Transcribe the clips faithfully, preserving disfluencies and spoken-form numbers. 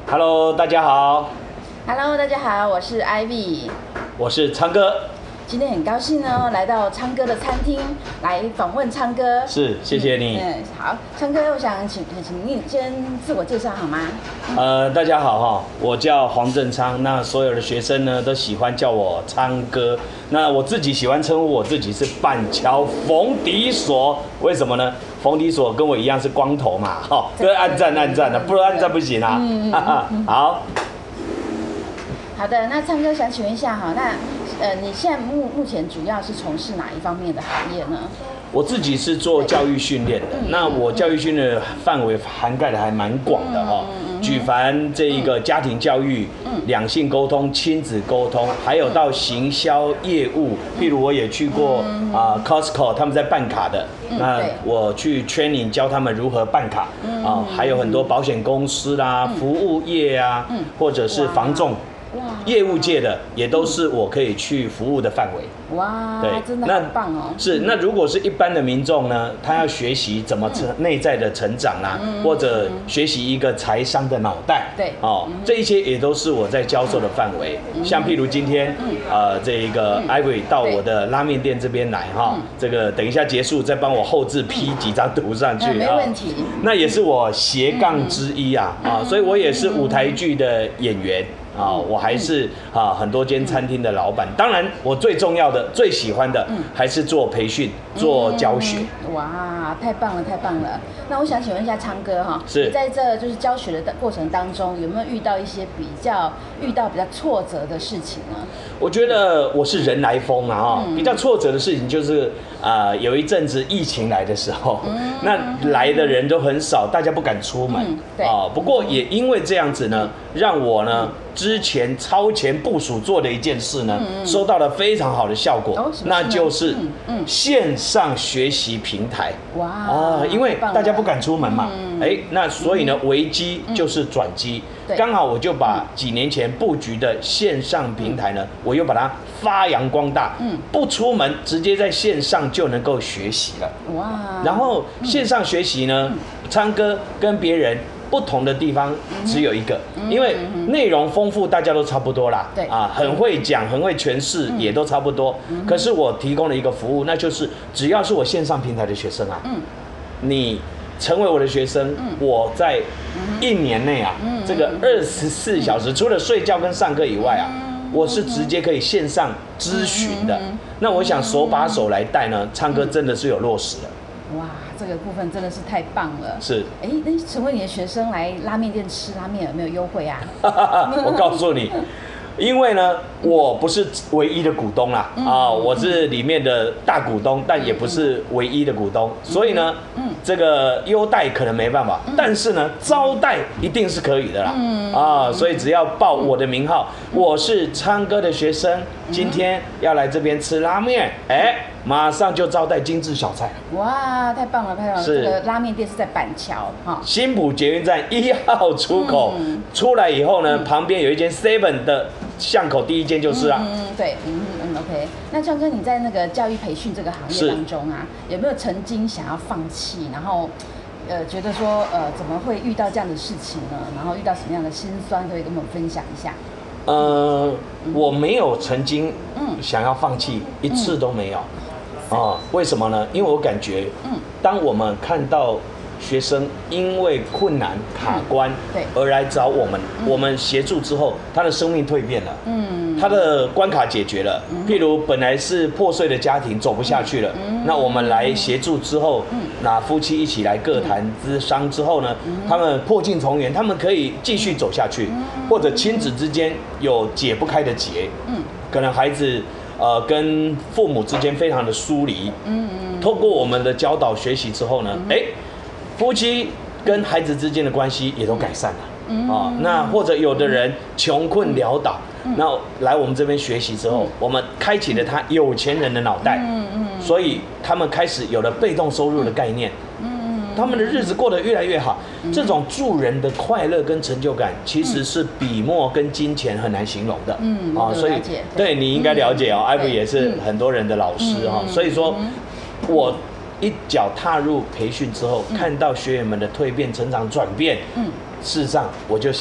Hello， 大家好。 Hello， 大家好，我是 Ivy， 我是昌哥。 今天很高兴呢，来到昌哥的餐厅来访问昌哥。 是，谢谢你。 嗯，嗯好，昌哥，我想请请你先自我介绍好吗？ 呃，大家好哈，我叫黄正昌。那所有的学生呢，都喜欢叫我昌哥。那我自己喜欢称呼我自己是板桥冯迪所，为什么呢？冯迪所跟我一样是光头嘛，哈，对，按赞按赞的，不然按赞不行啊。嗯嗯嗯好。 好的，那昌哥想请问一下哈，那呃，你现在目目前主要是从事哪一方面的行业呢？ 我自己是做教育训练的，那我教育训练的范围涵盖的还蛮广的哈，举凡这一个家庭教育、两性沟通、亲子沟通，还有到行销业务，譬如我也去过啊 Costco， 他们在办卡的，那我去 training 教他们如何办卡啊，还有很多保险公司啦、服务业啊，或者是房仲。业务界的也都是我可以去服务的范围。 哇，对，真的很棒哦。 是，那如果是一般的民众呢，他要学习怎么成内在的成长啦，或者学习一个财商的脑袋， 对， 哦，这一些也都是我在教授的范围。像譬如今天，呃，这一个 Ivy 到我的拉面店这边来哈，这个等一下结束再帮我后置 P 几张图上去， 没问题。 那也是我斜杠之一啊，啊，所以我也是舞台剧的演员。啊，我还是啊很多间餐厅的老板。当然，我最重要的、最喜欢的还是做培训、做教学。 哇，太棒了，太棒了！那我想请问一下昌哥哈， 是你在这就是教学的过程当中，有没有遇到一些比较遇到比较挫折的事情呢？ 我觉得我是人来疯啊哈，比较挫折的事情就是啊，有一阵子疫情来的时候，那来的人都很少，大家不敢出门啊。不过也因为这样子呢，让我呢。之前超前部署做的一件事呢，嗯嗯、收到了非常好的效果，哦、那就是线上学习平台。哇啊，因为大家不敢出门嘛，哎、嗯，那所以呢，危机就是转机。刚、嗯、好我就把几年前布局的线上平台呢，我又把它发扬光大。嗯，不出门，直接在线上就能够学习了。哇，然后线上学习呢，昌哥跟别人。不同的地方只有一个，因为内容丰富，大家都差不多啦。对啊，很会讲，很会诠释，也都差不多。可是我提供了一个服务，那就是只要是我线上平台的学生啊，你成为我的学生，我在一年内啊，这个二十四小时，除了睡觉跟上课以外啊，我是直接可以线上咨询的。那我想手把手来带呢，昌哥真的是有落实了。 哇，这个部分真的是太棒了。是，哎，那成为你的学生来拉面店吃拉面有没有优惠啊？ 我告诉你，因为呢，我不是唯一的股东啦，啊，我是里面的大股东，但也不是唯一的股东，所以呢，这个优待可能没办法，但是呢，招待一定是可以的啦，啊，所以只要报我的名号，我是昌哥的学生，今天要来这边吃拉面，哎。马上就招待精致小菜。 哇，太棒了，太棒了！这个拉面店是在板桥哈， 新埔捷运站一号出口、嗯、出来以后呢，嗯、旁边有一间 Seven 的巷口第一间就是啊。 嗯，对，嗯嗯 ，OK。那昌哥，你在那个教育培训这个行业当中啊，有没有曾经想要放弃，然后呃觉得说呃怎么会遇到这样的事情呢？然后遇到什么样的辛酸，可以跟我们分享一下？ 呃，我没有曾经想要放弃，一次都没有。啊，为什么呢？因为我感觉，当我们看到学生因为困难卡关，对，而来找我们，我们协助之后，他的生命蜕变了，嗯，他的关卡解决了。譬如本来是破碎的家庭走不下去了，那我们来协助之后，那夫妻一起来各谈咨商之后呢，他们破镜重圆，他们可以继续走下去，或者亲子之间有解不开的结，嗯，可能孩子。呃，跟父母之间非常的疏离，嗯嗯，透过我们的教导学习之后呢，哎、嗯，夫妻跟孩子之间的关系也都改善了，嗯啊、哦，那或者有的人穷困潦倒，嗯、那来我们这边学习之后，嗯、我们开启了他有钱人的脑袋，嗯嗯，所以他们开始有了被动收入的概念，嗯。他们的日子过得越来越好，嗯、这种助人的快乐跟成就感，其实是笔墨跟金钱很难形容的。嗯，啊，所以对你应该了解哦，艾布也是很多人的老师哈、嗯，所以说，我一脚踏入培训之后，嗯、看到学员们的蜕变、成长、转变，嗯，事实上我就想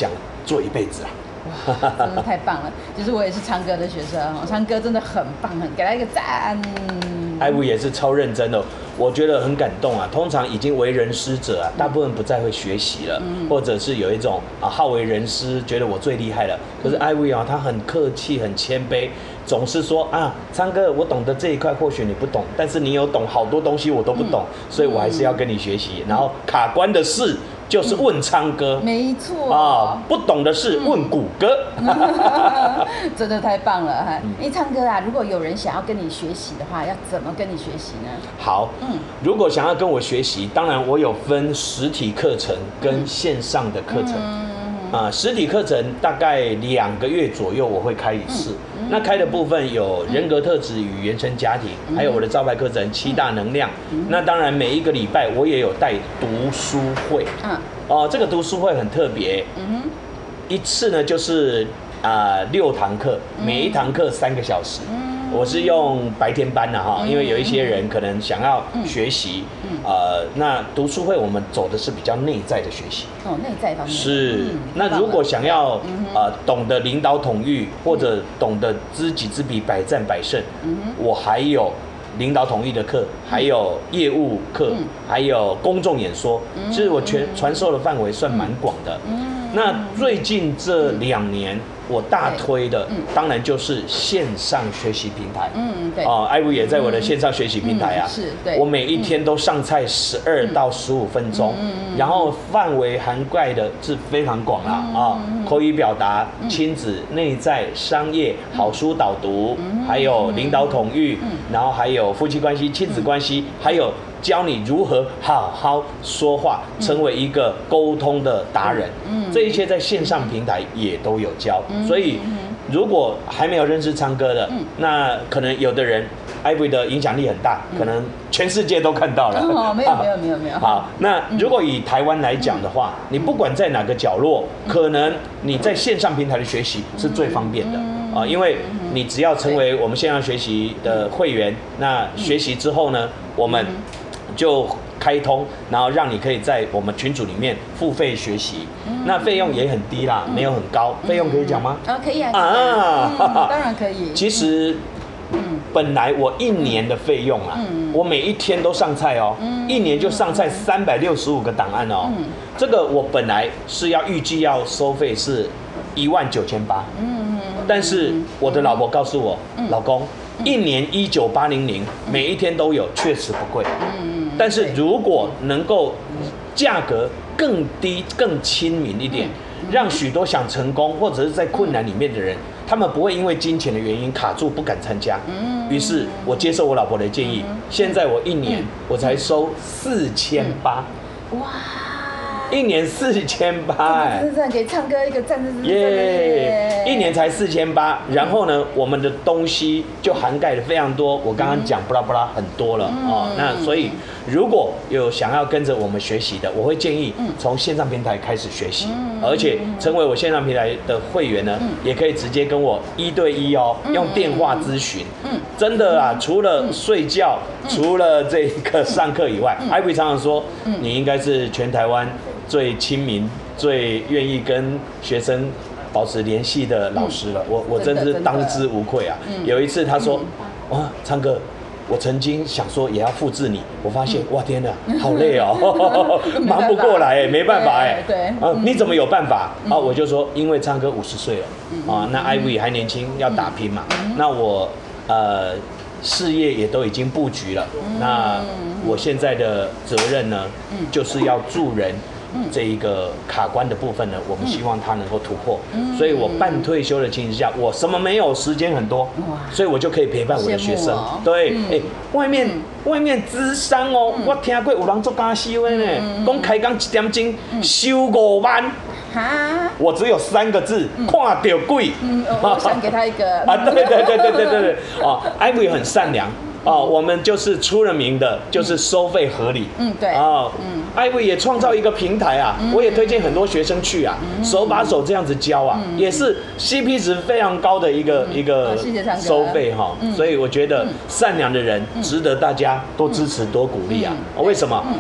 做一辈子啊。 哇，真的太棒了！其实我也是昌哥的学生哦，昌哥真的很棒，很给他一个赞。 艾薇也是超认真的，我觉得很感动啊。通常已经为人师者啊，大部分不再会学习了，嗯、或者是有一种啊好为人师，觉得我最厉害了。可是艾薇啊，他很客气，很谦卑，总是说啊，昌哥，我懂得这一块或许你不懂，但是你有懂好多东西我都不懂，嗯、所以我还是要跟你学习。然后卡关的事。就是问昌哥， 没错啊，不懂的事问谷歌， 真的太棒了哈！哎，昌哥啊，如果有人想要跟你学习的话，要怎么跟你学习呢？ 好，嗯，如果想要跟我学习，当然我有分实体课程跟线上的课程。嗯啊，实体课程大概两个月左右我会开一次。嗯、那开的部分有人格特质与原生家庭，嗯、还有我的招牌课程七大能量。嗯、那当然每一个礼拜我也有带读书会。嗯，哦，这个读书会很特别。嗯哼，一次呢就是啊、呃、六堂课，每一堂课三个小时。嗯我是用白天班的哈，因为有一些人可能想要学习，嗯、呃，那读书会我们走的是比较内在的学习。 哦，内在方面。 是，嗯、那如果想要、嗯、呃懂得领导统御，或者懂得知己知彼，百战百胜，嗯、我还有领导统御的课，还有业务课，嗯、还有公众演说，其实我全传授的范围算蛮广的。嗯、那最近这两年。我大推的，当然就是线上学习平台。嗯，对。哦，艾薇也在我的线上学习平台啊。是，对。我每一天都上菜十二到十五分钟，然后范围涵盖的是非常广啦啊，口语表达、亲子、内在、商业、好书导读，还有领导统御，然后还有夫妻关系、亲子关系，还有。教你如何好好说话，成为一个沟通的达人。嗯，这一切在线上平台也都有教。嗯、所以，如果还没有认识昌哥的，嗯、那可能有的人，艾薇的影响力很大，嗯、可能全世界都看到了。 哦，没有没有没有没有。 好，那如果以台湾来讲的话，嗯、你不管在哪个角落，嗯、可能你在线上平台的学习是最方便的。嗯、啊，因为你只要成为我们线上学习的会员，那学习之后呢，我们就开通，然后让你可以在我们群组里面付费学习，嗯、那费用也很低啦，嗯、没有很高。费用可以讲吗？ 啊，可以啊。啊，嗯、当然可以。 其实，嗯、本来我一年的费用啊，嗯、我每一天都上菜哦，嗯、一年就上菜三百六十五个档案哦。嗯、这个我本来是要预计要收费是一万九千八，嗯，但是我的老婆告诉我，嗯、老公。一年一九八零零，每一天都有，确实不贵。嗯，但是如果能够价格更低、更亲民一点，让许多想成功或者是在困难里面的人，他们不会因为金钱的原因卡住不敢参加。嗯，于是我接受我老婆的建议，现在我一年我才收四千八。哇！一年四千八，哎， 真的给唱歌一个赞，真是耶！ 一年才四千八，然后呢，我们的东西就涵盖了非常多。我刚刚讲布拉布拉很多了哦，那所以如果有想要跟着我们学习的，我会建议从线上平台开始学习，而且成为我线上平台的会员呢，也可以直接跟我一对一哦，用电话咨询。嗯，真的啊，除了睡觉，除了这个上课以外，艾薇常常说，你应该是全台湾最亲民、最愿意跟学生保持联系的老师了，我我真是当之无愧啊！有一次他说：“哇，昌哥，我曾经想说也要复制你，我发现哇天哪，好累哦，忙不过来哎，没办法哎。对，啊，你怎么有办法？啊，我就说因为昌哥五十岁了啊，那艾薇还年轻，要打拼嘛。那我呃事业也都已经布局了，那我现在的责任呢，就是要助人。”这一个卡关的部分呢，我们希望他能够突破，嗯、所以我半退休的情形下，我什么没有，时间很多，所以我就可以陪伴我的学生。哦、对，哎、嗯欸，外面、嗯、外面咨商哦，嗯、我听过有人做加收的呢，讲、嗯、开讲一点钟收五万。哈，我只有三个字，嗯、看到鬼。 嗯，我想给他一个啊，对对对对对对对，哦，艾薇很善良。哦，我们就是出了名的，就是收费合理。嗯，对。哦，嗯，艾薇也创造一个平台啊，嗯、我也推荐很多学生去啊，嗯、手把手这样子教啊，嗯、也是 C P 值非常高的一个、嗯、一个收费哈。嗯、所以我觉得善良的人值得大家多支持多鼓励啊。嗯、为什么？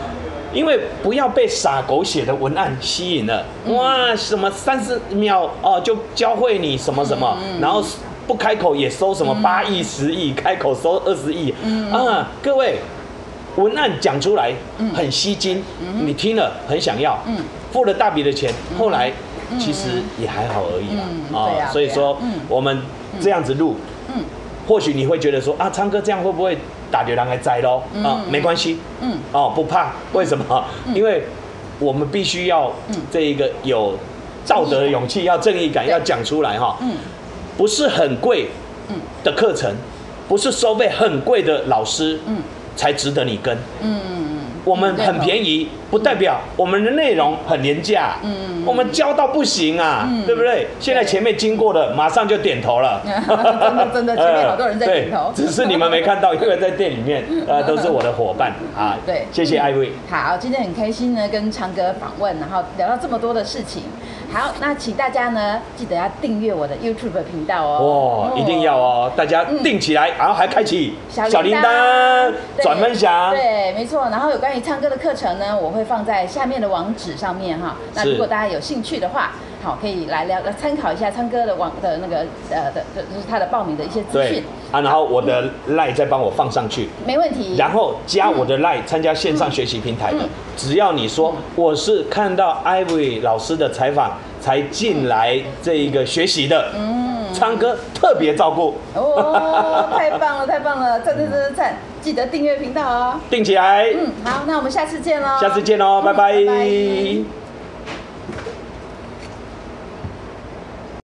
因为不要被撒狗血的文案吸引了。哇，什么三十秒哦就教会你什么什么，然后不开口也收什么八亿、十亿，开口收二十亿。啊，各位，文案讲出来很吸睛，你听了很想要，付了大笔的钱，后来其实也还好而已啦。啊，所以说我们这样子录，或许你会觉得说啊，昌哥这样会不会打流人来摘咯？啊，没关系，嗯，哦，不怕，为什么？因为我们必须要这一个有道德的勇气，要正义感，要讲出来哈。嗯，不是很贵的课程，不是收费很贵的老师，嗯，才值得你跟。嗯。我们很便宜，不代表我们的内容很廉价。嗯，我们教到不行啊，嗯、对不对？现在前面经过的，马上就点头了。 真的真的，前面好多人在点头。 只是你们没看到，因为在店里面，呃，都是我的伙伴啊。对，谢谢艾薇。 好，今天很开心呢，跟昌哥访问，然后聊到这么多的事情。好，那请大家呢记得要订阅我的 YouTube 频道哦。哦，一定要哦，大家订起来，然后还开启小铃铛，转分享。 对，没错。然后有关于唱歌的课程呢，我会放在下面的网址上面哈。那如果大家有兴趣的话，好，可以来聊来参考一下唱歌的网的那个呃的，就是他的报名的一些资讯啊。然后我的 LINE 再帮我放上去， 没问题。 然后加我的 LINE 参加线上学习平台的，只要你说我是看到 Ivy 老师的采访才进来这一个学习的，嗯，唱歌特别照顾。 哦，太棒了，太棒了，赞赞赞赞！记得订阅频道哦， 订起来。 嗯，好，那我们下次见喽。 下次见喽，拜拜。拜拜。